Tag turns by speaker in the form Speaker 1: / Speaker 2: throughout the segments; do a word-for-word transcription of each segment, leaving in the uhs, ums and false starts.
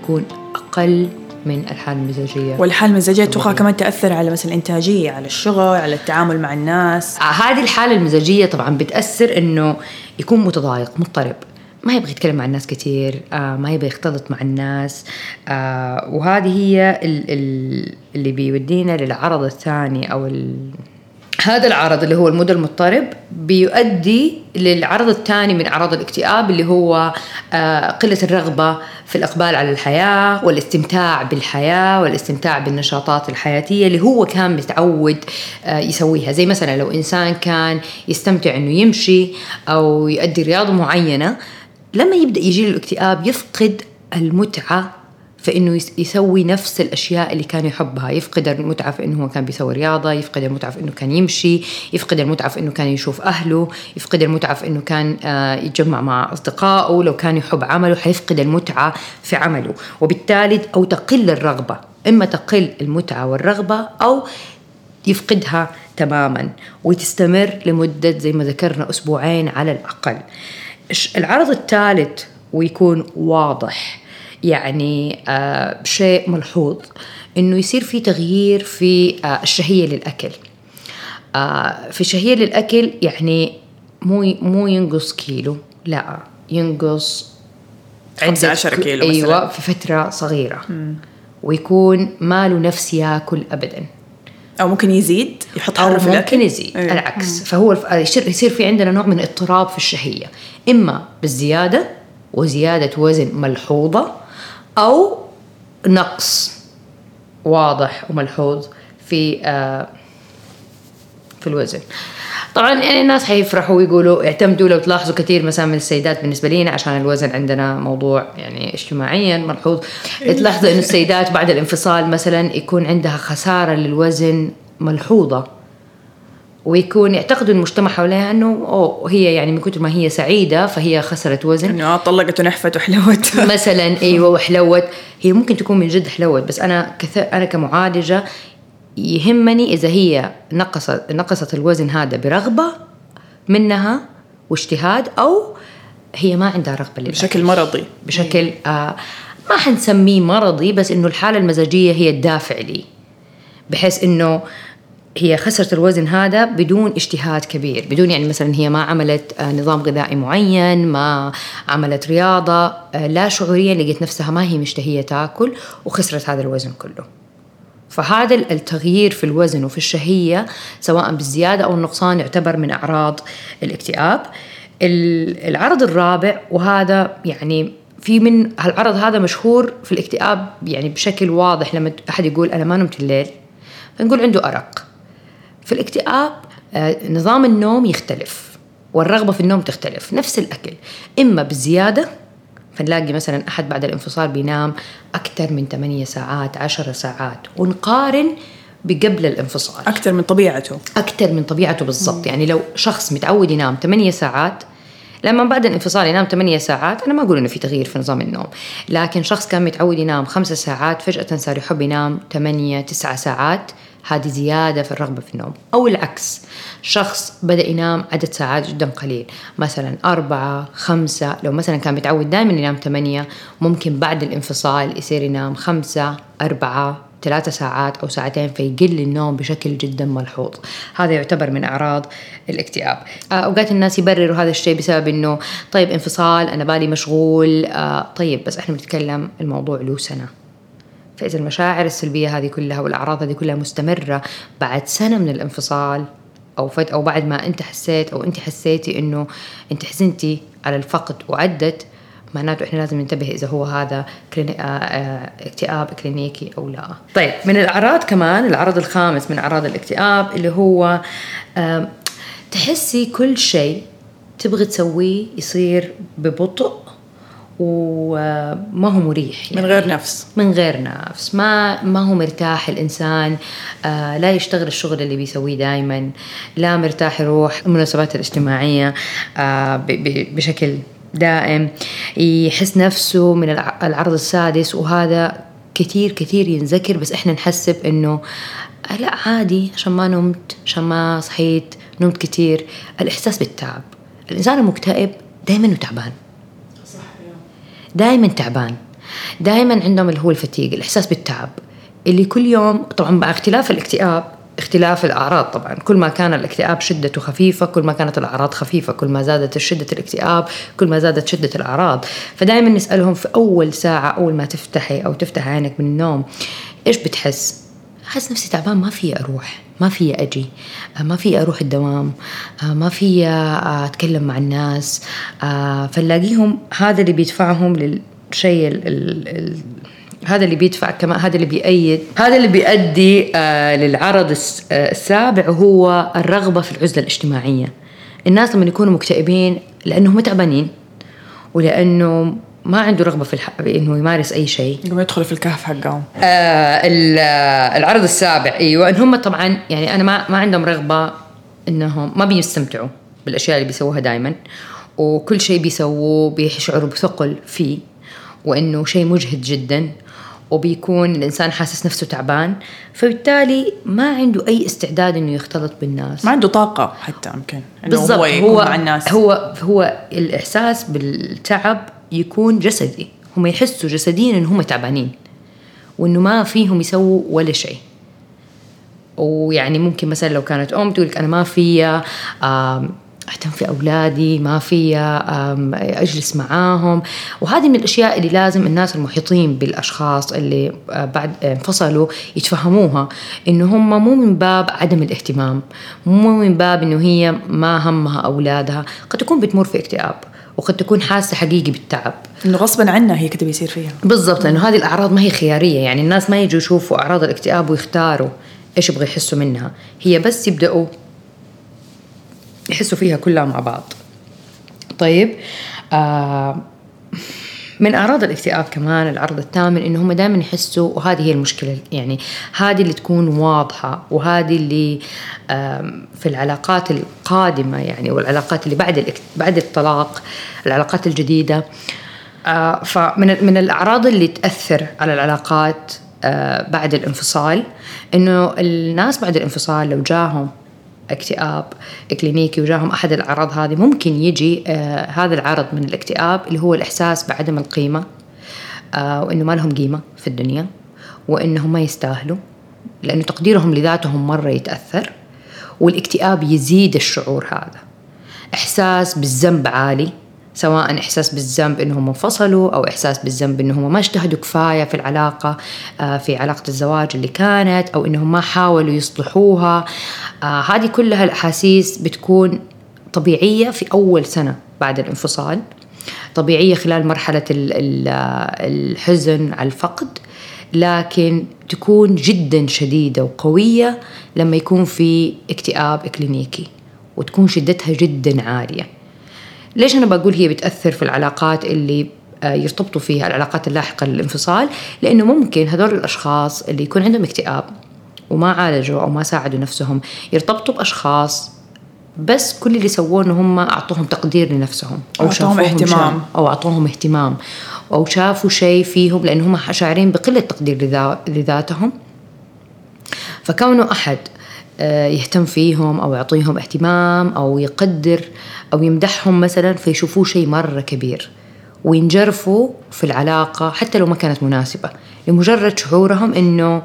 Speaker 1: يكون أقل من الحالة المزاجية.
Speaker 2: والحالة المزاجية تخا كمان تأثر على مثلا الإنتاجية، على الشغل، على التعامل مع الناس.
Speaker 1: هذه الحالة المزاجية طبعا بتأثر إنه يكون متضايق مضطرب، ما يبغى يتكلم مع الناس كتير، آه ما يبغى يختلط مع الناس، آه وهذه هي ال ال اللي بيودينا للعرض الثاني أو ال هذا العرض اللي هو المود المضطرب بيؤدي للعرض الثاني من أعراض الاكتئاب اللي هو آه قلة الرغبة في الإقبال على الحياة والاستمتاع بالحياة والاستمتاع بالنشاطات الحياتية اللي هو كان متعود آه يسويها. زي مثلا لو إنسان كان يستمتع إنه يمشي أو يؤدي رياضة معينة، لما يبدأ يجي الاكتئاب يفقد المتعة فإنه يسوي نفس الأشياء اللي كان يحبها، يفقد المتعة في إنه هو كان بيسوي رياضة، يفقد المتعة في إنه كان يمشي، يفقد المتعة في إنه كان يشوف أهله، يفقد المتعة في إنه كان يتجمع مع أصدقائه، لو كان يحب عمله حيفقد المتعة في عمله، وبالتالي أو تقل الرغبة، إما تقل المتعة والرغبة أو يفقدها تماما وتستمر لمدة زي ما ذكرنا أسبوعين على الأقل. العرض الثالث ويكون واضح، يعني آه شيء ملحوظ، إنه يصير في تغيير في آه الشهية للأكل. آه في الشهية للأكل يعني مو مو ينقص كيلو، لا ينقص
Speaker 2: خمسة عشر كيلو مثلا.
Speaker 1: أيوة في فترة صغيرة. م. ويكون ما له نفس يأكل أبدا،
Speaker 2: أو ممكن يزيد يحط حرة في الأكل،
Speaker 1: ممكن يزيد أيه. العكس. م. فهو يصير في عندنا نوع من اضطراب في الشهية، إما بالزيادة وزيادة وزن ملحوظة أو نقص واضح وملحوظ في آه في الوزن. طبعا يعني الناس حيفرحوا ويقولوا اعتمدوا، لو تلاحظوا كثير مثلا من السيدات بالنسبة لنا عشان الوزن عندنا موضوع يعني اجتماعيا ملحوظ، تلاحظوا إنه السيدات بعد الانفصال مثلا يكون عندها خسارة للوزن ملحوظة، ويكون يعتقد المجتمع حواليها أنه أوه هي يعني من كتر ما هي سعيدة فهي خسرت وزن،
Speaker 2: أنه طلقت ونحفت وحلوت
Speaker 1: مثلا. أيوة وحلوت، هي ممكن تكون من جد حلوت، بس أنا كث... أنا كمعالجة يهمني إذا هي نقصت نقصت الوزن هذا برغبة منها واجتهاد، أو هي ما عندها رغبة للأكل
Speaker 2: بشكل مرضي،
Speaker 1: بشكل آه ما حنسميه مرضي، بس إنه الحالة المزاجية هي الدافع لي، بحيث إنه هي خسرت الوزن هذا بدون اجتهاد كبير، بدون يعني مثلا هي ما عملت نظام غذائي معين، ما عملت رياضة، لا شعوريا لقيت نفسها ما هي مشتهية تاكل وخسرت هذا الوزن كله. فهذا التغيير في الوزن وفي الشهية سواء بالزيادة أو النقصان يعتبر من أعراض الاكتئاب. العرض الرابع، وهذا يعني في من العرض هذا مشهور في الاكتئاب يعني بشكل واضح، لما أحد يقول أنا ما نمت الليل فنقول عنده أرق. في الاكتئاب نظام النوم يختلف والرغبة في النوم تختلف، نفس الأكل إما بالزيادة، فنلاقي مثلا أحد بعد الانفصال بينام أكثر من ثمانية ساعات عشر ساعات، ونقارن بقبل الانفصال
Speaker 2: أكثر من طبيعته
Speaker 1: أكثر من طبيعته بالضبط. يعني لو شخص متعود ينام ثمانية ساعات لما بعد الانفصال ينام ثمانية ساعات، أنا ما أقول إنه في تغيير في نظام النوم، لكن شخص كان متعود ينام خمسة ساعات فجأة صار يحب ينام ثمانية تسعة ساعات، هذه زيادة في الرغبة في النوم. أو العكس، شخص بدأ ينام عدد ساعات جدا قليل، مثلا أربعة خمسة، لو مثلا كان متعود دائما ينام ثمانية، ممكن بعد الانفصال يصير ينام خمسة أربعة ثلاثة ساعات أو ساعتين، فيقل النوم بشكل جدا ملحوظ. هذا يعتبر من أعراض الاكتئاب. أوقات الناس يبرروا هذا الشيء بسبب إنه طيب انفصال أنا بالي مشغول، آه طيب بس إحنا بنتكلم الموضوع له سنة، فإذا المشاعر السلبية هذه كلها والأعراض هذه كلها مستمرة بعد سنة من الانفصال أو فت أو بعد ما أنت حسيت أو أنت حسيتي إنه أنت حزنتي على الفقد وعدت، معناته إحنا لازم ننتبه إذا هو هذا كليني... اكتئاب كلينيكي أو لا. طيب من الأعراض كمان العرض الخامس من أعراض الاكتئاب اللي هو تحسي كل شيء تبغي تسويه يصير ببطء وما هو مريح،
Speaker 2: يعني من غير نفس
Speaker 1: من غير نفس ما ما هو مرتاح الإنسان، آه لا يشتغل الشغل اللي بيسويه دايما، لا مرتاح يروح المناسبات الاجتماعية آه بشكل دائم، يحس نفسه من العرض السادس. وهذا كثير كثير ينذكر، بس إحنا نحسب إنه لا عادي عشان ما نمت، عشان ما صحيت، نمت كثير. الإحساس بالتعب، الإنسان المكتئب دائما تعبان، دائما تعبان. دائما عندهم اللي هو الفتيق، الإحساس بالتعب اللي كل يوم. طبعا مع اختلاف الاكتئاب اختلاف الأعراض، طبعا كل ما كان الاكتئاب شدته خفيفة كل ما كانت الأعراض خفيفة، كل ما زادت شدة الاكتئاب كل ما زادت شدة الأعراض. فدائما نسألهم في أول ساعة أول ما تفتحي أو تفتح عينك من النوم إيش بتحس؟ أحس نفسي تعبان، ما في أروح، ما في أجي، ما في أروح الدوام، ما في أتكلم مع الناس. فنلاقيهم هذا اللي بيدفعهم للشيء ال ال هذا اللي بيدفع كمان، هذا اللي بيأيد، هذا اللي بيؤدي آه للعرض السابع، وهو الرغبة في العزلة الاجتماعية. الناس لما يكونوا مكتئبين لأنهم تعبانين ولأنه ما عنده رغبة في الح... إنه يمارس أي شيء،
Speaker 2: يقوم يدخل في الكهف حقهم.
Speaker 1: آه العرض السابع أيوة، إن هم طبعا يعني أنا ما ما عندهم رغبة، إنهم ما بيستمتعوا بالأشياء اللي بيسووها دائما، وكل شيء بيسووه بيشعروا بثقل فيه، وإنه شيء مجهد جدا، وبيكون الإنسان حاسس نفسه تعبان، فبالتالي ما عنده أي استعداد إنه يختلط بالناس،
Speaker 2: ما عنده طاقة حتى يمكن إنه
Speaker 1: بالضبط.
Speaker 2: هو يكون
Speaker 1: هو
Speaker 2: مع الناس.
Speaker 1: هو هو الإحساس بالتعب يكون جسدي، هم يحسوا جسديا إن هم تعبانين وإنه ما فيهم يسووا ولا شيء. ويعني ممكن مثلا لو كانت أم تقولك أنا ما فيها أهتم في أولادي، ما فيها أجلس معاهم، وهذه من الأشياء اللي لازم الناس المحيطين بالأشخاص اللي بعد انفصلوا يتفهموها، إنه هم مو من باب عدم الاهتمام، مو من باب إنه هي ما همها أولادها، قد تكون بتمر في اكتئاب وقد تكون حاسة حقيقي بالتعب،
Speaker 2: إنه غصبا عنها هي كده بيصير فيها.
Speaker 1: بالضبط، لأنه هذه الأعراض ما هي خيارية، يعني الناس ما يجوا يشوفوا أعراض الاكتئاب ويختاروا إيش يبغوا يحسوا منها، هي بس يبدأوا يحسوا فيها كلها مع بعض. طيب آه من أعراض الاكتئاب كمان العرض الثامن، إنه هم دائما يحسوا، وهذه هي المشكلة، يعني هذه اللي تكون واضحة، وهذه اللي آه في العلاقات القادمة يعني، والعلاقات اللي بعد بعد الطلاق، العلاقات الجديدة. آه فمن من الأعراض اللي تأثر على العلاقات آه بعد الانفصال، إنه الناس بعد الانفصال لو جاهم اكتئاب كلينيكي وجاهم أحد الأعراض هذه، ممكن يجي آه هذا العرض من الاكتئاب اللي هو الإحساس بعدم القيمة، آه وإنه ما لهم قيمة في الدنيا، وإنهم ما يستاهلوا، لأنه تقديرهم لذاتهم مرة يتأثر، والاكتئاب يزيد الشعور هذا، إحساس بالذنب عالي، سواء إحساس بالذنب إنهم انفصلوا، أو إحساس بالذنب إنهم ما اجتهدوا كفاية في العلاقة، آه في علاقة الزواج اللي كانت، أو إنهم ما حاولوا يصلحوها. آه هذه كلها الأحاسيس بتكون طبيعية في أول سنة بعد الانفصال، طبيعية خلال مرحلة الحزن على الفقد، لكن تكون جدا شديدة وقوية لما يكون في اكتئاب كلينيكي، وتكون شدتها جدا عالية. ليش أنا بقول هي بتأثر في العلاقات اللي يرتبطوا فيها، العلاقات اللاحقة للانفصال؟ لأنه ممكن هذول الأشخاص اللي يكون عندهم اكتئاب وما عالجوا أو ما ساعدوا نفسهم يرتبطوا بأشخاص بس كل اللي سووه إنه هم أعطوهم تقدير لنفسهم، أو
Speaker 2: أعطوهم اهتمام،
Speaker 1: أو أعطوهم اهتمام، أو شافوا شيء فيهم لأنهم شاعرين بقلة تقدير لذاتهم. فكونه أحد يهتم فيهم أو يعطيهم اهتمام أو يقدر أو يمدحهم مثلا، فيشوفوه شيء مرة كبير وينجرفوا في العلاقة حتى لو ما كانت مناسبة، لمجرد شعورهم إنه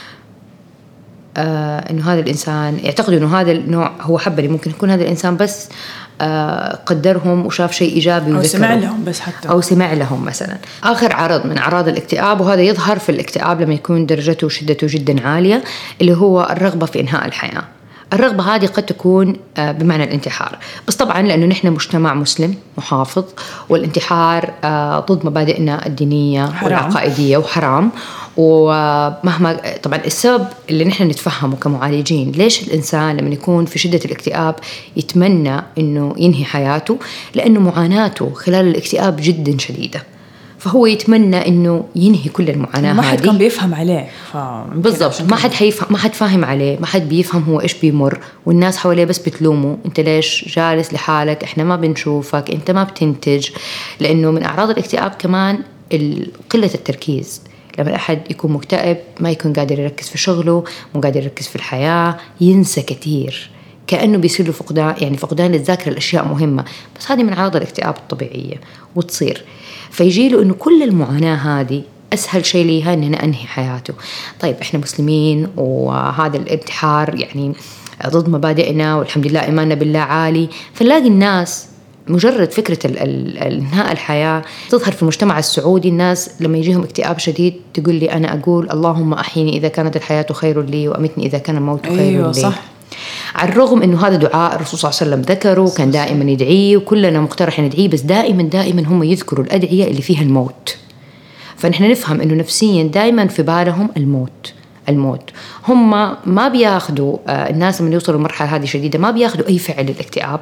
Speaker 1: آه إنه هذا الإنسان، يعتقدوا إنه هذا النوع هو حبني، ممكن يكون هذا الإنسان بس آه قدرهم وشاف شيء إيجابي
Speaker 2: أو سمع لهم بس حتى
Speaker 1: أو سمع لهم مثلا. آخر عرض من أعراض الاكتئاب، وهذا يظهر في الاكتئاب لما يكون درجته وشدته جدا عالية، اللي هو الرغبة في إنهاء الحياة. الرغبة هذه قد تكون بمعنى الانتحار، بس طبعا لأنه نحن مجتمع مسلم محافظ، والانتحار ضد مبادئنا الدينية حرام. والعقائدية وحرام. ومهما طبعا السبب اللي نحن نتفهمه كمعالجين، ليش الإنسان لما يكون في شدة الاكتئاب يتمنى إنه ينهي حياته؟ لأنه معاناته خلال الاكتئاب جدا شديدة، فهو يتمنى إنه ينهي كل المعاناة.
Speaker 2: ما حد كان بيفهم عليه،
Speaker 1: بالضبط، ما حد حيفهم، ما حد فاهم عليه، ما حد بيفهم هو إيش بيمر، والناس حواليه بس بتلومه، أنت ليش جالس لحالك، إحنا ما بنشوفك، أنت ما بتنتج. لأنه من أعراض الاكتئاب كمان قلة التركيز، لما الأحد يكون مكتئب ما يكون قادر يركز في شغله، مو قادر يركز في الحياة، ينسى كتير كأنه بيصير له فقدان، يعني فقدان للذاكرة الأشياء مهمة، بس هذه من أعراض الاكتئاب الطبيعية وتصير. فيجي له إنه كل المعاناة هذه أسهل شيء ليها إن أنا أنهي حياته. طيب إحنا مسلمين وهذا الانتحار يعني ضد مبادئنا والحمد لله إيماننا بالله عالي، فنلاقي الناس مجرد فكرة انهاء الحياة تظهر في المجتمع السعودي. الناس لما يجيهم اكتئاب شديد تقول لي أنا أقول اللهم أحيني إذا كانت الحياة خير لي وأمتني إذا كان الموت خير
Speaker 2: أيوة
Speaker 1: لي.
Speaker 2: صح.
Speaker 1: على الرغم أنه هذا دعاء الرسول صلى الله عليه وسلم ذكره، كان دائما يدعيه وكلنا مقترح ندعيه، بس دائما دائما هم يذكروا الأدعية اللي فيها الموت. فنحن نفهم أنه نفسيا دائما في بالهم الموت الموت. هم ما بياخدوا الناس من يوصلوا المرحلة هذه شديدة ما بياخدوا أي فعل للاكتئاب،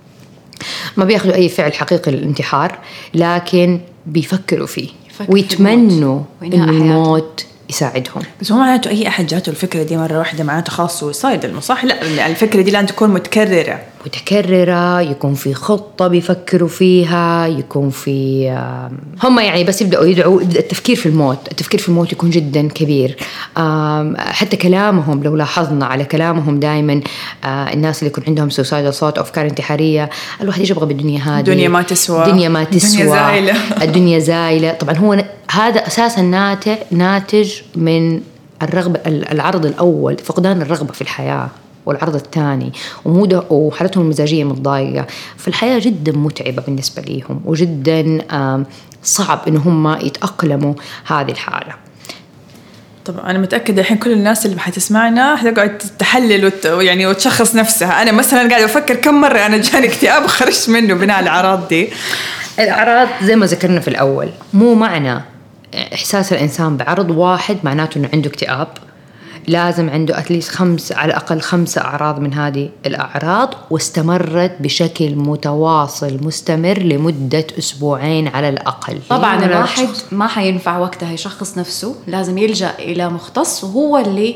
Speaker 1: ما بياخدوا أي فعل حقيقي للانتحار، لكن بيفكروا فيه ويتمنوا إن الموت يساعدهم.
Speaker 2: بس هو معناته أي أحد جاته الفكرة دي مرة واحدة معناته خاص سويسايد المصح؟ لا، الفكرة دي لازم تكون متكررة
Speaker 1: متكررة، يكون في خطة بيفكروا فيها، يكون في هم يعني بس يبدأوا يدعوا التفكير في الموت. التفكير في الموت يكون جدا كبير. حتى كلامهم لو لاحظنا على كلامهم دائما الناس اللي يكون عندهم سوسايدال صوت أو أفكار انتحارية، الواحد يجي يبغى بالدنيا هذه،
Speaker 2: الدنيا ما تسوى،
Speaker 1: الدنيا ما تسوى،
Speaker 2: الدنيا زايلة
Speaker 1: الدنيا زايلة. طبعا هو هذا أساسا ناتج ناتج من الرغبة، العرض الأول فقدان الرغبة في الحياة، والعرض الثاني ومودة وحالتهم المزاجية متضايقة. فالحياة جدا متعبة بالنسبة ليهم وجدا صعب إن هم يتأقلموا هذه الحالة.
Speaker 2: طبعا أنا متأكدة الحين كل الناس اللي حتسمعنا حتقعد تحلل وت... يعني وتشخص نفسها. أنا مثلا قاعدة أفكر كم مرة أنا جاني اكتئاب وخرجت منه بناء على الأعراض دي.
Speaker 1: الأعراض زي ما ذكرنا في الأول، مو معنى إحساس الإنسان بعرض واحد معناته إنه عنده اكتئاب. لازم عنده أتليس خمس على الأقل خمسة أعراض من هذه الأعراض واستمرت بشكل متواصل مستمر لمدة أسبوعين على الأقل.
Speaker 3: طبعا الواحد ما حينفع وقتها يشخص نفسه، لازم يلجأ إلى مختص وهو اللي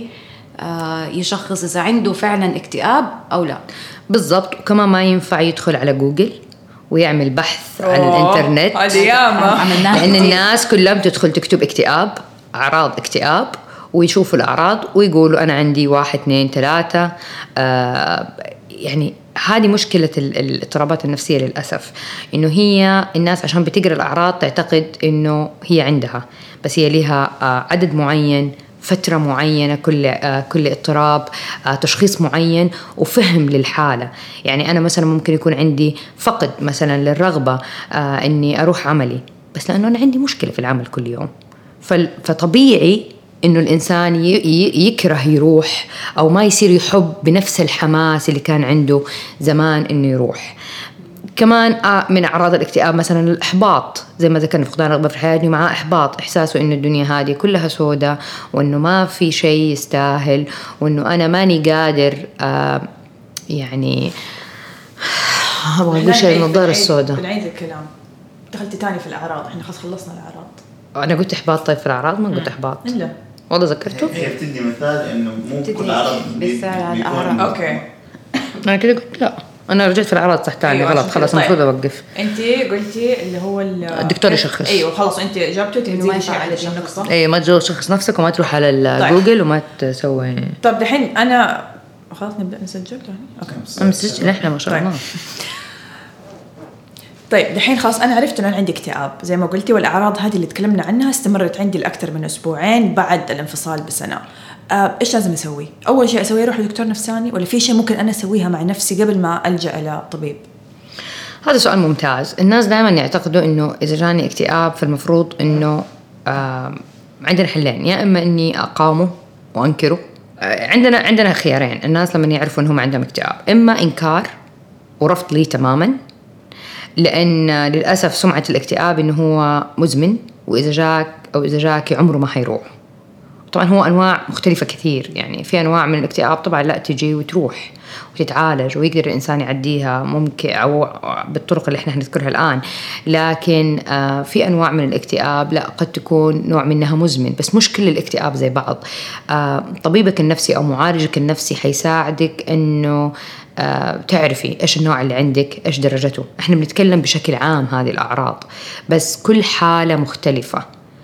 Speaker 3: يشخص إذا عنده فعلا اكتئاب أو لا.
Speaker 1: بالضبط. وكمان ما ينفع يدخل على جوجل ويعمل بحث على الإنترنت، لأن الناس كلهم تدخل تكتب اكتئاب، أعراض اكتئاب، ويشوفوا الأعراض ويقولوا أنا عندي واحد اثنين ثلاثة. آه يعني هذه مشكلة الاضطرابات النفسية للأسف، إنه هي الناس عشان بتقرأ الأعراض تعتقد إنه هي عندها، بس هي لها آه عدد معين، فترة معينة، كل آه كل اضطراب آه تشخيص معين وفهم للحالة. يعني أنا مثلا ممكن يكون عندي فقد مثلا للرغبة آه إني أروح عملي، بس لأنه أنا عندي مشكلة في العمل كل يوم، فطبيعي إنه الإنسان يكره يروح أو ما يصير يحب بنفس الحماس اللي كان عنده زمان إنه يروح. كمان من أعراض الاكتئاب مثلا الإحباط، زي ما ذكرنا فقدان الرغبة في الحياة، مع إحباط، إحساسه إنه الدنيا هذه كلها سودة وإنه ما في شيء يستاهل وإنه أنا ماني قادر آه يعني أبغى أقول شيء النظارة السوداء.
Speaker 2: بنعيد الكلام، دخلت تاني في الأعراض، إحنا خلاص خلصنا الأعراض.
Speaker 1: أنا قلت إحباط. طيب في الأعراض ما قلت إحباط.
Speaker 2: إلا
Speaker 1: والله ذكرته.
Speaker 4: هي بتدي مثال إنه مو كل عرض
Speaker 3: بيكون.
Speaker 2: أوكي.
Speaker 1: أنا كده قلت لا، أنا رجعت في الأعراض صح تاني. غلط خلاص المفروض أوقف.
Speaker 2: أنت قلتي اللي هو
Speaker 1: الدكتور يشخص.
Speaker 2: أيوة خلاص أنت جابته
Speaker 3: إنه ما ينفع على النقطة.
Speaker 1: أيوة ما تجو شخص نفسك وما تروح على الجوجل وما تسوي.
Speaker 2: طب دحين أنا خلاص نبدأ نسجل يعني.
Speaker 1: أوكي. نسجل إحنا ما شاء الله.
Speaker 2: طيب دحين خلاص أنا عرفت أن أنا عندي اكتئاب زي ما قلتي، والأعراض هذه اللي تكلمنا عنها استمرت عندي لأكثر من أسبوعين بعد الانفصال بسنة. آه، إيش لازم أسوي؟ أول شيء أسويه أروح لدكتور نفساني، ولا في شيء ممكن أنا أسويها مع نفسي قبل ما ألجأ إلى طبيب؟
Speaker 1: هذا سؤال ممتاز. الناس دائما يعتقدوا إنه إذا جاني اكتئاب فالمفروض إنه آه عندنا حلين، يا إما إني أقاومه وأنكره. آه عندنا عندنا خيارين الناس لما يعرفوا إنهم عندهم اكتئاب، إما إنكار ورفض لي تماما، لأن للأسف سمعة الاكتئاب إنه هو مزمن، وإذا جاك أو إذا جاك عمره ما حيروح. طبعا هو أنواع مختلفة كثير، يعني في أنواع من الاكتئاب طبعا لا تجي وتروح وتتعالج ويقدر الإنسان يعديها ممكن أو بالطرق اللي إحنا هنذكرها الآن، لكن في أنواع من الاكتئاب لا قد تكون نوع منها مزمن. بس مش كل الاكتئاب زي بعض. طبيبك النفسي أو معالجك النفسي حيساعدك إنه آه، تعرفي إيش النوع اللي عندك، إيش درجته. إحنا بنتكلم بشكل عام هذه الأعراض، بس كل حالة مختلفة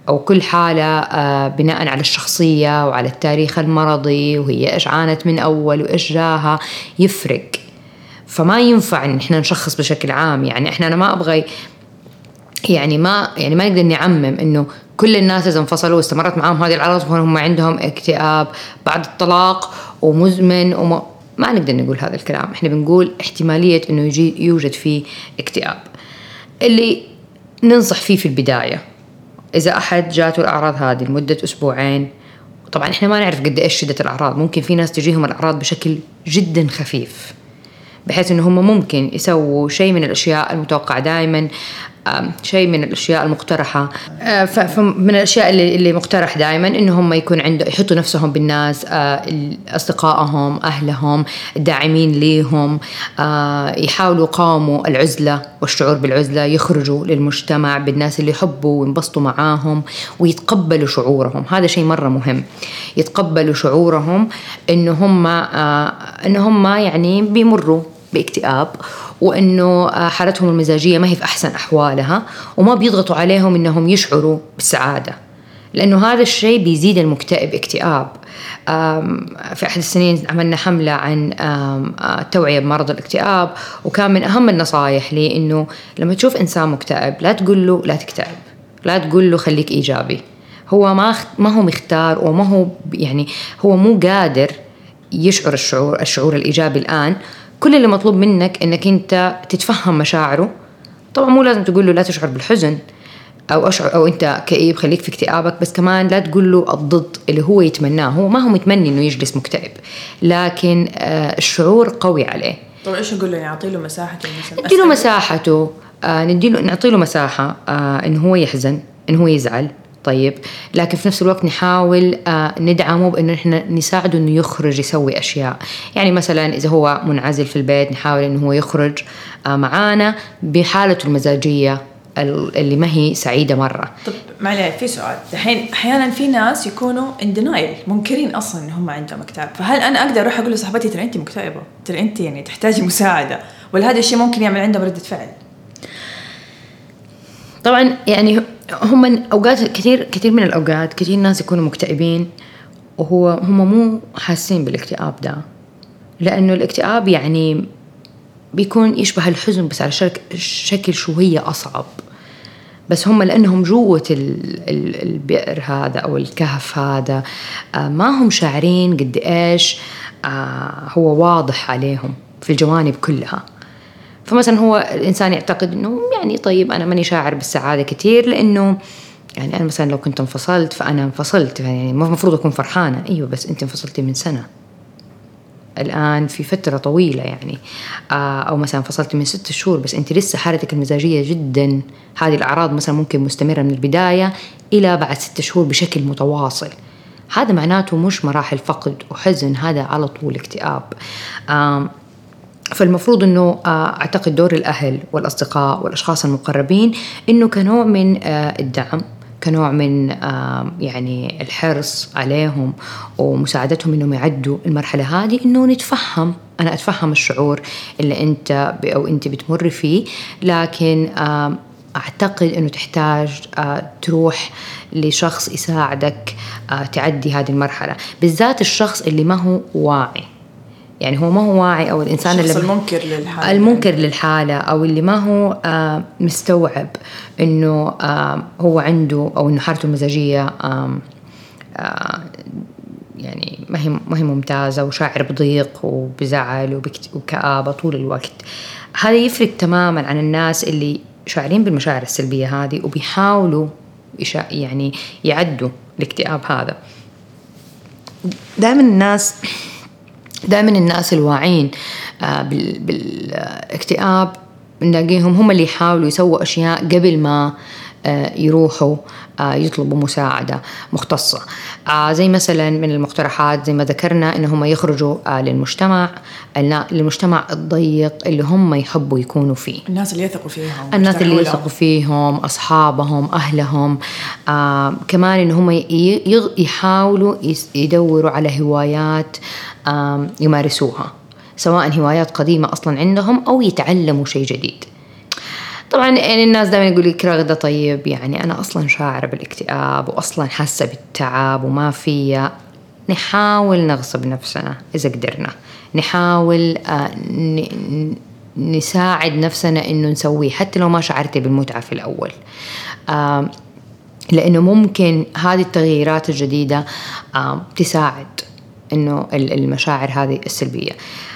Speaker 1: أو كل حالة بناء على الشخصية وعلى التاريخ المرضي وهي إيش عانت من أول وإيش جاها يفرق. فما ينفع إن إحنا نشخص بشكل عام. يعني إحنا أنا ما أبغى يعني ما يعني ما نقدر نعمم إنه كل الناس إذا انفصلوا واستمرت معهم هذه الأعراض فهم عندهم اكتئاب بعد الطلاق ومزمن وما ما نقدر نقول هذا الكلام. إحنا بنقول احتمالية إنه يجي يوجد فيه اكتئاب. اللي ننصح فيه في البداية إذا أحد جاته الأعراض هذه لمدة أسبوعين، طبعا إحنا ما نعرف قد إيش شدة الأعراض، ممكن في ناس تجيهم الأعراض بشكل جدا خفيف بحيث إنه هم ممكن يسووا شيء من الأشياء المتوقعة دائما، شيء من الأشياء المقترحة. فمن الأشياء اللي اللي مقترح دائما إنه هم يكون عنده يحطوا نفسهم بالناس، أصدقائهم، أهلهم، الداعمين ليهم، يحاولوا يقاوموا العزلة والشعور بالعزلة، يخرجوا للمجتمع بالناس اللي يحبوا وينبسطوا معاهم ويتقبلوا شعورهم. هذا شيء مرة مهم، يتقبلوا شعورهم إنه هم إنه هم يعني بيمروا باكتئاب وإنه حالتهم المزاجية ما هي في أحسن أحوالها، وما بيضغطوا عليهم إنهم يشعروا بالسعادة، لأنه هذا الشيء بيزيد المكتئب اكتئاب. في أحد السنين عملنا حملة عن التوعية بمرض الاكتئاب، وكان من أهم النصائح لي إنه لما تشوف إنسان مكتئب لا تقول له لا تكتئب، لا تقول له خليك إيجابي. هو ما ما هو مختار وما هو يعني هو مو قادر يشعر الشعور الشعور الإيجابي الآن. كل اللي مطلوب منك إنك أنت تتفهم مشاعره. طبعا مو لازم تقول له لا تشعر بالحزن أو أشعر أو أنت كئيب خليك في اكتئابك، بس كمان لا تقول له الضد اللي هو يتمناه. هو ما هو متمني إنه يجلس مكتئب، لكن آه الشعور قوي عليه.
Speaker 2: طب إيش أقول له؟ نعطي له مساحته مثلا،
Speaker 1: ندي له مساحته، آه ندي له نعطي له مساحة آه إنه هو يحزن، إنه هو يزعل. طيب لكن في نفس الوقت نحاول آه ندعمه بأنه إحنا نساعده إنه يخرج يسوي أشياء. يعني مثلا إذا هو منعزل في البيت نحاول إنه هو يخرج آه معانا بحالته المزاجية اللي ما هي سعيدة مرة.
Speaker 2: طب معلي في سؤال الحين، أحيانا في ناس يكونوا in denial، منكرين أصلا إن هم عندهم اكتئاب، فهل أنا أقدر أروح أقول لصاحبتي ترى أنت مكتئبة، ترى أنت يعني تحتاجي مساعدة، ولا هذا الشيء ممكن يعمل عندهم ردة فعل؟
Speaker 1: طبعا يعني هم أوقات كثير كثير من الأوقات كثير ناس يكونوا مكتئبين وهو هم مو حاسين بالاكتئاب ده، لأنه الاكتئاب يعني بيكون يشبه الحزن بس على شكل شوية أصعب. بس هم لأنهم جوة البئر هذا أو الكهف هذا ما هم شاعرين قد إيش هو واضح عليهم في الجوانب كلها. فمثلا هو الإنسان يعتقد إنه يعني طيب أنا ماني شاعر بالسعادة كتير، لأنه يعني أنا مثلا لو كنت انفصلت فأنا انفصلت، يعني مفروض أكون فرحانة. أيوة بس أنت انفصلتي من سنة، الآن في فترة طويلة يعني، أو مثلا انفصلتي من ست شهور بس أنت لسه حالتك المزاجية جدا. هذه الأعراض مثلا ممكن مستمرة من البداية إلى بعد ست شهور بشكل متواصل. هذا معناته مش مراحل فقد وحزن، هذا على طول اكتئاب. فالمفروض أنه أعتقد دور الأهل والأصدقاء والأشخاص المقربين أنه كنوع من الدعم، كنوع من يعني الحرص عليهم ومساعدتهم أنهم يعدوا المرحلة هذه، أنه نتفهم، أنا أتفهم الشعور اللي أنت أو أنت بتمر فيه، لكن أعتقد أنه تحتاج تروح لشخص يساعدك تعدي هذه المرحلة، بالذات الشخص اللي ما هو واعي. يعني هو ما هو واعي، أو الإنسان اللي
Speaker 2: المنكر للحالة
Speaker 1: المنكر للحالة أو اللي ما هو آه مستوعب إنه آه هو عنده أو إنه حالته المزاجية آه آه يعني ما هي ما هي ممتازة وشاعر بضيق وبزعل وكآبة طول الوقت. هذا يفرق تماما عن الناس اللي شاعرين بالمشاعر السلبية هذه وبيحاولوا يعني يعدوا الاكتئاب هذا. دائما الناس دائما الناس الواعين بالاكتئاب نلاقيهم هم اللي يحاولوا يسووا أشياء قبل ما يروحوا يطلبوا مساعدة مختصة. زي مثلا من المقترحات زي ما ذكرنا إنهم يخرجوا للمجتمع للمجتمع الضيق اللي هم يحبوا يكونوا فيه،
Speaker 2: الناس اللي يثقوا فيهم
Speaker 1: الناس اللي يثقوا فيهم أصحابهم أهلهم. آه كمان إنهم يحاولوا يدوروا على هوايات آه يمارسوها، سواء هوايات قديمة أصلا عندهم أو يتعلموا شيء جديد. طبعا يعني الناس دائما يقول لك رغدة طيب، يعني أنا أصلا شاعرة بالاكتئاب وأصلا حاسة بالتعب وما فيا. نحاول نغصب نفسنا إذا قدرنا، نحاول آه نساعد نفسنا إنه نسويه حتى لو ما شعرتي بالمتعة في الأول، آه لأنه ممكن هذه التغييرات الجديدة آه تساعد إنه المشاعر هذه السلبية.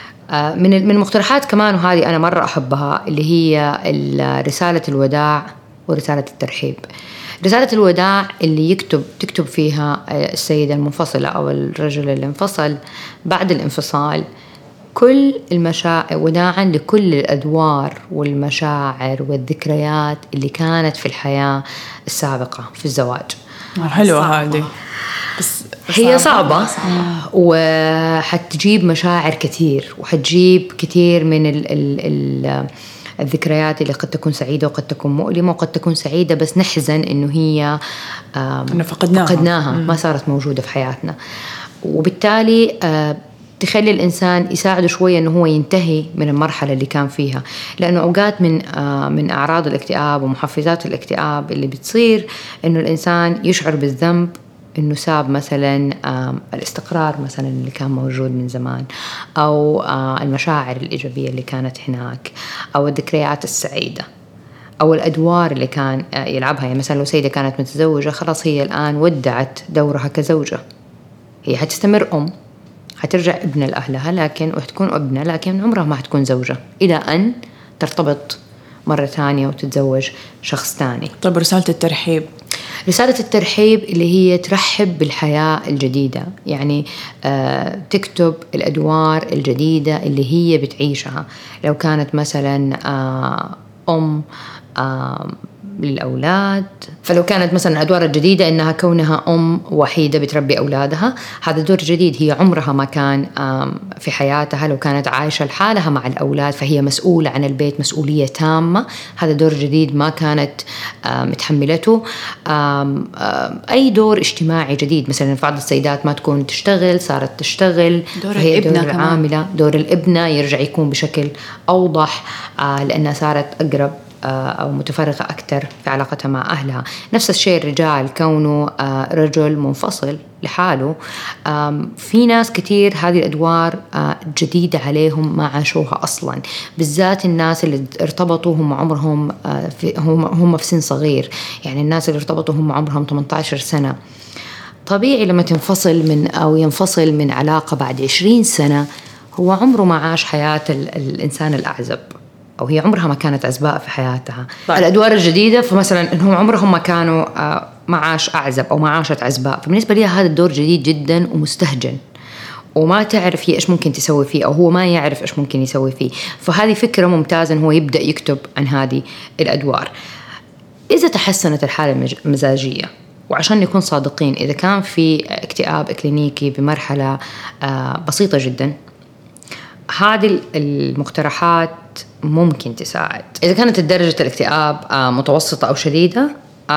Speaker 1: من من مقترحات كمان، وهذه أنا مرة أحبها، اللي هي رسالة الوداع ورسالة الترحيب. رسالة الوداع اللي يكتب تكتب فيها السيدة المنفصلة أو الرجل اللي انفصل بعد الانفصال كل المشاعر، وداعا لكل الأدوار والمشاعر والذكريات اللي كانت في الحياة السابقة في الزواج.
Speaker 2: حلوة هذه، بس
Speaker 1: هي صعبة, صعبة. وحتجيب مشاعر كثير، وحتجيب كثير من ال ال ال الذكريات اللي قد تكون سعيدة وقد تكون مؤلمة وقد تكون سعيدة بس نحزن إنه هي
Speaker 2: فقدناها,
Speaker 1: فقدناها ما صارت موجودة في حياتنا. وبالتالي تخلي الإنسان يساعده شوية إنه هو ينتهي من المرحلة اللي كان فيها، لأنه أوقات من من أعراض الاكتئاب ومحفزات الاكتئاب اللي بتصير إنه الإنسان يشعر بالذنب إنه ساب مثلا الاستقرار مثلا اللي كان موجود من زمان، أو المشاعر الإيجابية اللي كانت هناك، أو الذكريات السعيدة، أو الأدوار اللي كان يلعبها. يعني مثلا لو سيدة كانت متزوجة خلاص هي الآن ودعت دورها كزوجة، هي حتستمر أم، حترجع ابنة لأهلها لكن وحتكون ابنة لكن عمرها ما حتكون زوجة إلى أن ترتبط مرة ثانية وتتزوج شخص ثاني.
Speaker 2: طب رسالة الترحيب،
Speaker 1: رسالة الترحيب اللي هي ترحب بالحياة الجديدة، يعني آه تكتب الأدوار الجديدة اللي هي بتعيشها. لو كانت مثلا آه أم آه للأولاد، فلو كانت مثلا الأدوار الجديدة إنها كونها أم وحيدة بتربي أولادها، هذا دور جديد هي عمرها ما كان في حياتها. لو كانت عايشة لحالها مع الأولاد فهي مسؤولة عن البيت مسؤولية تامة، هذا دور جديد ما كانت متحملته. أي دور اجتماعي جديد، مثلا بعض السيدات ما تكون تشتغل صارت تشتغل،
Speaker 3: دور الابنة
Speaker 1: دور العاملة، دور الابنة يرجع يكون بشكل أوضح لأنها صارت أقرب أو متفرغة أكثر في علاقتها مع أهلها. نفس الشيء الرجال، كونه رجل منفصل لحاله، في ناس كتير هذه الأدوار جديدة عليهم ما عاشوها أصلا، بالذات الناس اللي ارتبطوا هم عمرهم في هم هم في سن صغير. يعني الناس اللي ارتبطوا هم عمرهم ثمانية عشر سنة، طبيعي لما تنفصل من أو ينفصل من علاقة بعد عشرين سنة هو عمره ما عاش حياة الإنسان الأعزب، أو هي عمرها ما كانت عزباء في حياتها. طيب. الأدوار الجديدة فمثلا إنهم عمرهم ما كانوا ما عاش أعزب أو ما عاشت عزباء، فبالنسبة لها هذا الدور جديد جدا ومستهجن، وما تعرف هي إيش ممكن تسوي فيه أو هو ما يعرف إيش ممكن يسوي فيه. فهذه فكرة ممتازة إنه هو يبدأ يكتب عن هذه الأدوار. إذا تحسنت الحالة المزاجية، وعشان نكون صادقين، إذا كان في اكتئاب إكلينيكي بمرحلة بسيطة جدا، هذه المقترحات ممكن تساعد. إذا كانت درجة الاكتئاب متوسطة أو شديدة،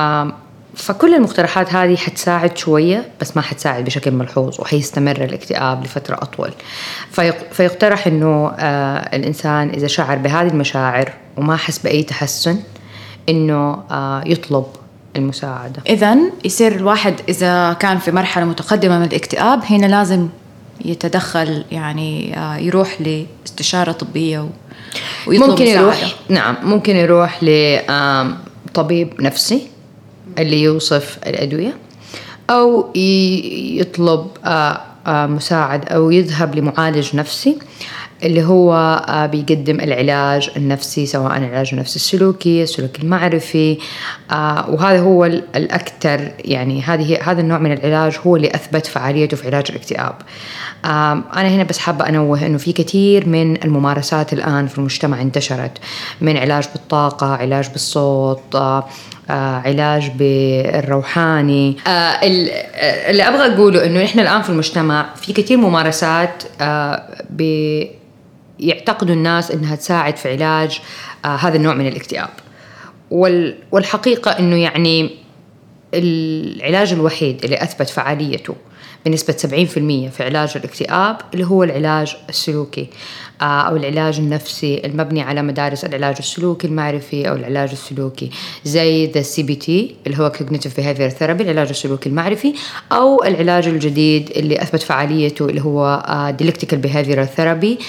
Speaker 1: فكل المقترحات هذه حتساعد شوية بس ما حتساعد بشكل ملحوظ، وحيستمر الاكتئاب لفترة أطول. فيقترح إنه الإنسان إذا شعر بهذه المشاعر وما حس بأي تحسن إنه يطلب المساعدة.
Speaker 3: إذن يصير الواحد إذا كان في مرحلة متقدمة من الاكتئاب هنا لازم يتدخل، يعني يروح لاستشارة طبية ويطلب
Speaker 1: ممكن
Speaker 3: مساعدة.
Speaker 1: يروح نعم ممكن يروح لطبيب نفسي اللي يوصف الأدوية، أو يطلب مساعد أو يذهب لمعالج نفسي اللي هو بيقدم العلاج النفسي، سواء العلاج النفسي السلوكي، السلوك المعرفي، وهذا هو الأكثر. يعني هذه هذا النوع من العلاج هو اللي أثبت فعاليته في علاج الاكتئاب. أنا هنا بس حابة أنوه إنه في كثير من الممارسات الآن في المجتمع انتشرت، من علاج بالطاقة، علاج بالصوت، علاج بالروحاني. اللي أبغى أقوله إنه إحنا الآن في المجتمع في كثير ممارسات يعتقدوا الناس إنها تساعد في علاج هذا النوع من الاكتئاب، والحقيقة إنه يعني العلاج الوحيد اللي أثبت فعاليته بنسبة سبعين بالمئة في علاج الاكتئاب اللي هو العلاج السلوكي أو العلاج النفسي المبني على مدارس العلاج السلوكي المعرفي أو العلاج السلوكي، زي the سي بي تي اللي هو Cognitive Behavioral Therapy العلاج السلوكي المعرفي، أو العلاج الجديد اللي أثبت فعاليته اللي هو Dialectical Behavioral Therapy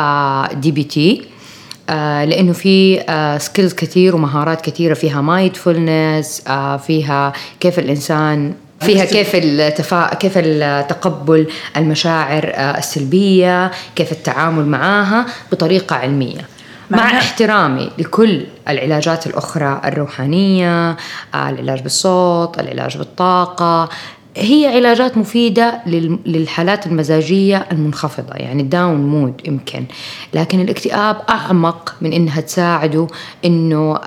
Speaker 1: دي بي تي، لأنه في سكيلز كثير ومهارات كثيرة فيها مايندفولنس، فيها كيف الإنسان فيها كيف التفا... كيف التقبل المشاعر السلبية، كيف التعامل معها بطريقة علمية، مع احترامي لكل العلاجات الأخرى الروحانية، العلاج بالصوت، العلاج بالطاقة. هي علاجات مفيدة للحالات المزاجية المنخفضة، يعني الداون مود يمكن، لكن الاكتئاب أعمق من إنها تساعده إنه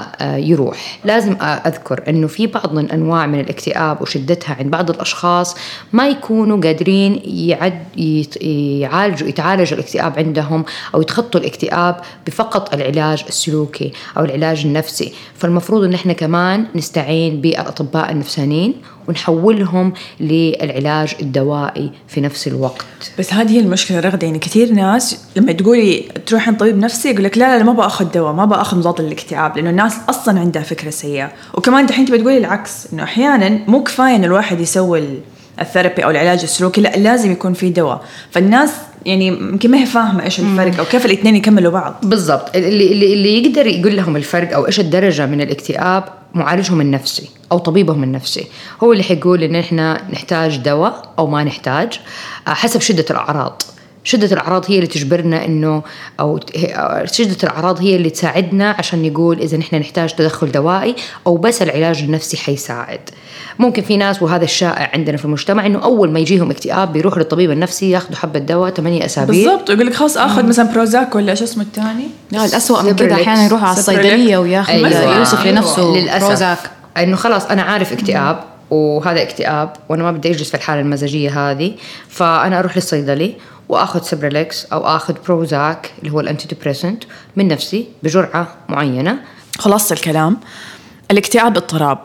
Speaker 1: يروح. لازم أذكر إنه في بعض من أنواع من الاكتئاب وشدتها عند بعض الأشخاص ما يكونوا قادرين يعد يعالجوا يتعالج الاكتئاب عندهم أو يتخطوا الاكتئاب بفقط العلاج السلوكي أو العلاج النفسي، فالمفروض إن إحنا كمان نستعين بالأطباء النفسانيين ونحولهم للعلاج الدوائي في نفس الوقت.
Speaker 2: بس هذه هي المشكلة رغدة، يعني كثير ناس لما تقولي تروح عند طبيب نفسي يقول لك لا لا ما بأخذ دواء، ما بأخذ مضاد للاكتئاب، لأنه الناس أصلا عندها فكرة سيئة. وكمان دحين تبي تقولي العكس، إنه أحيانا مو كفاية إن الواحد يسوي الثيرابي أو العلاج السلوكي، لا لازم يكون في دواء. فالناس يعني يمكن ما هي فاهمة إيش الفرق أو كيف الاثنين يكملوا بعض بالضبط.
Speaker 1: اللي, اللي, اللي يقدر يقول لهم الفرق أو إيش الدرجة من الاكتئاب معالجهم النفسي أو طبيبهم النفسي، هو اللي حيقول إن إحنا نحتاج دواء أو ما نحتاج حسب شدة الأعراض. شدة الأعراض هي اللي تجبرنا إنه أو شدة الأعراض هي اللي تساعدنا عشان نقول إذا نحن نحتاج تدخل دوائي أو بس العلاج النفسي حيساعد. ممكن في ناس، وهذا الشائع عندنا في المجتمع، إنه أول ما يجيهم اكتئاب بيروحوا للطبيب النفسي ياخذوا حبة دواء ثمانية أسابيع
Speaker 2: بالضبط، ويقول لك خلاص أخذ مثلا بروزاك ولا إيش اسمه الثاني.
Speaker 3: لا الأسوأ من كده أحيانا يروحوا على الصيدلية وياخذ أيوة. يوصف لنفسه
Speaker 1: للأسف
Speaker 3: بروزاك،
Speaker 1: إنه خلاص أنا عارف اكتئاب وهذا اكتئاب وأنا ما بدي أجلس في الحالة المزاجية هذه، فأنا أروح للصيدلي وأخذ سبريلكس أو أخذ بروزاك اللي هو الأنتي ديبريسنت من نفسي بجرعة معينة.
Speaker 2: خلاص الكلام، الاكتئاب اضطراب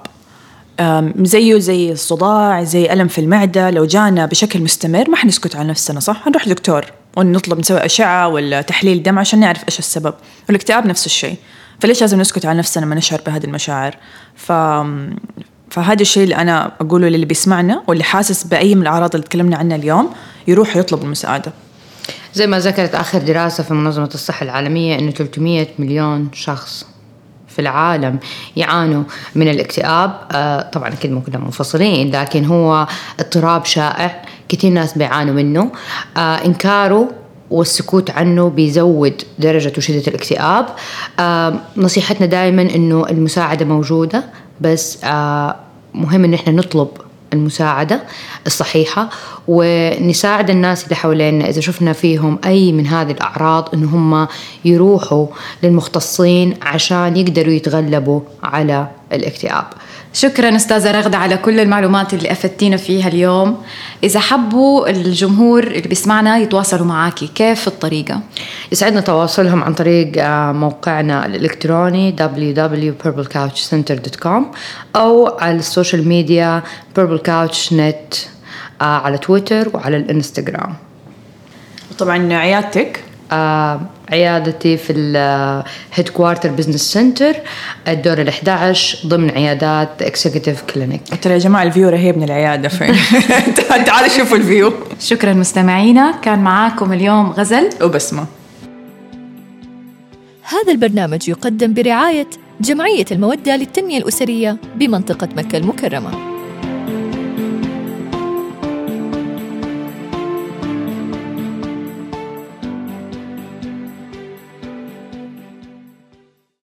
Speaker 2: زيه زي الصداع، زي ألم في المعدة. لو جانا بشكل مستمر ما حنسكت على نفسنا، صح؟ هنروح دكتور ونطلب نسوي أشعة ولا تحليل دم عشان نعرف إيش السبب. والاكتئاب نفس الشيء، فليش لازم نسكت على نفسنا لما نشعر بهذه المشاعر؟ ف فهذا الشيء اللي أنا أقوله للي بيسمعنا واللي حاسس بأي من الأعراض اللي تكلمنا عنها اليوم، يروح يطلب المساعدة.
Speaker 1: زي ما ذكرت آخر دراسة في منظمة الصحة العالمية إنه ثلاثمئة مليون شخص في العالم يعانوا من الاكتئاب. آه طبعا أكيد مو كلهم منفصلين، لكن هو اضطراب شائع كتير ناس بيعانوا منه. آه إنكاره والسكوت عنه بيزود درجة وشدة الاكتئاب. آه نصيحتنا دائما إنه المساعدة موجودة، بس آه مهم إن إحنا نطلب المساعدة الصحيحة ونساعد الناس اللي حوالينا إذا شفنا فيهم أي من هذه الأعراض، إن هم يروحوا للمختصين عشان يقدروا يتغلبوا على الاكتئاب.
Speaker 3: شكرا أستاذة رغدة على كل المعلومات اللي أفدتينا فيها اليوم. إذا حبوا الجمهور اللي بيسمعنا يتواصلوا معاكي، كيف الطريقة؟
Speaker 1: يسعدنا تواصلهم عن طريق موقعنا الإلكتروني دبليو دبليو دوت بيربل كاوتش سنتر دوت كوم أو على السوشيال ميديا بيربل كاوتش نت على تويتر وعلى الإنستغرام.
Speaker 2: وطبعا عيادتك؟
Speaker 1: آه عيادتي في الهيدكوارتر بزنس سنتر الدور الأحد عشر ضمن عيادات اكسيكتيف كلينيك.
Speaker 2: ترى يا جماعة الفيو رهيب من العيادة فين. تعالوا شوفوا الفيو.
Speaker 3: شكرا مستمعينا، كان معاكم اليوم غزل
Speaker 2: وبسمة.
Speaker 5: هذا البرنامج يقدم برعاية جمعية المودة للتنمية الأسرية بمنطقة مكة المكرمة.